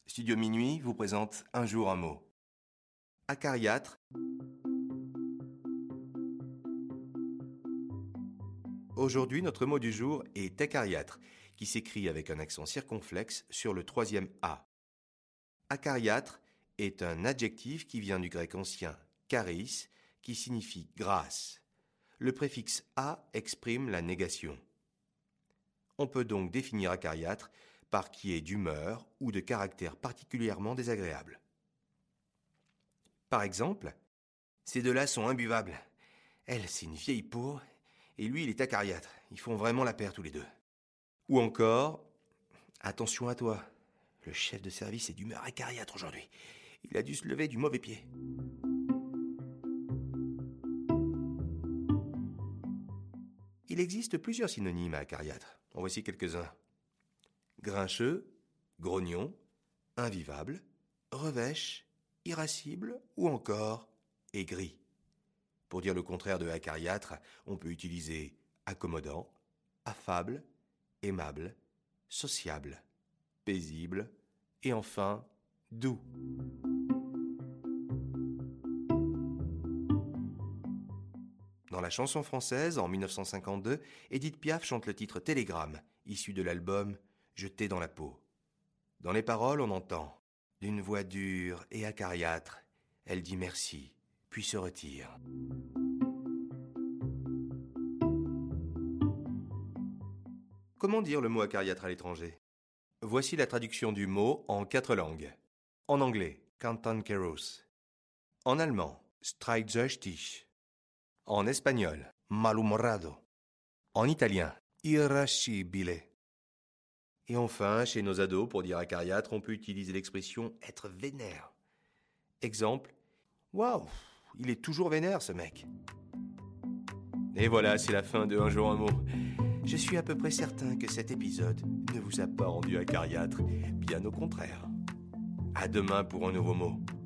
Studio Minuit vous présente Un jour un mot. Acariâtre. Aujourd'hui, notre mot du jour est acariâtre, qui s'écrit avec un accent circonflexe sur le troisième A. Acariâtre est un adjectif qui vient du grec ancien charis, qui signifie grâce. Le préfixe a exprime la négation. On peut donc définir acariâtre par qui est d'humeur ou de caractère particulièrement désagréable. Par exemple, ces deux-là sont imbuvables. Elle, c'est une vieille peau, et lui, il est acariâtre. Ils font vraiment la paire tous les deux. Ou encore, attention à toi, le chef de service est d'humeur acariâtre aujourd'hui. Il a dû se lever du mauvais pied. Il existe plusieurs synonymes à acariâtre. En voici quelques-uns. Grincheux, grognon, invivable, revêche, irascible ou encore aigri. Pour dire le contraire de acariâtre, on peut utiliser accommodant, affable, aimable, sociable, paisible et enfin doux. Dans la chanson française, en 1952, Édith Piaf chante le titre Télégramme, issu de l'album Jeté dans la peau. Dans les paroles, on entend « D'une voix dure et acariâtre, elle dit merci, puis se retire. » Comment dire le mot acariâtre à l'étranger ? Voici la traduction du mot en 4 langues. En anglais, cantankeros. En allemand, streitsüchtig. En espagnol, malhumorado. En italien, irascibile. Et enfin, chez nos ados, pour dire acariâtre, on peut utiliser l'expression « être vénère ». Exemple, « Waouh, il est toujours vénère ce mec !» Et voilà, c'est la fin de Un jour un mot. Je suis à peu près certain que cet épisode ne vous a pas rendu acariâtre, bien au contraire. À demain pour un nouveau mot.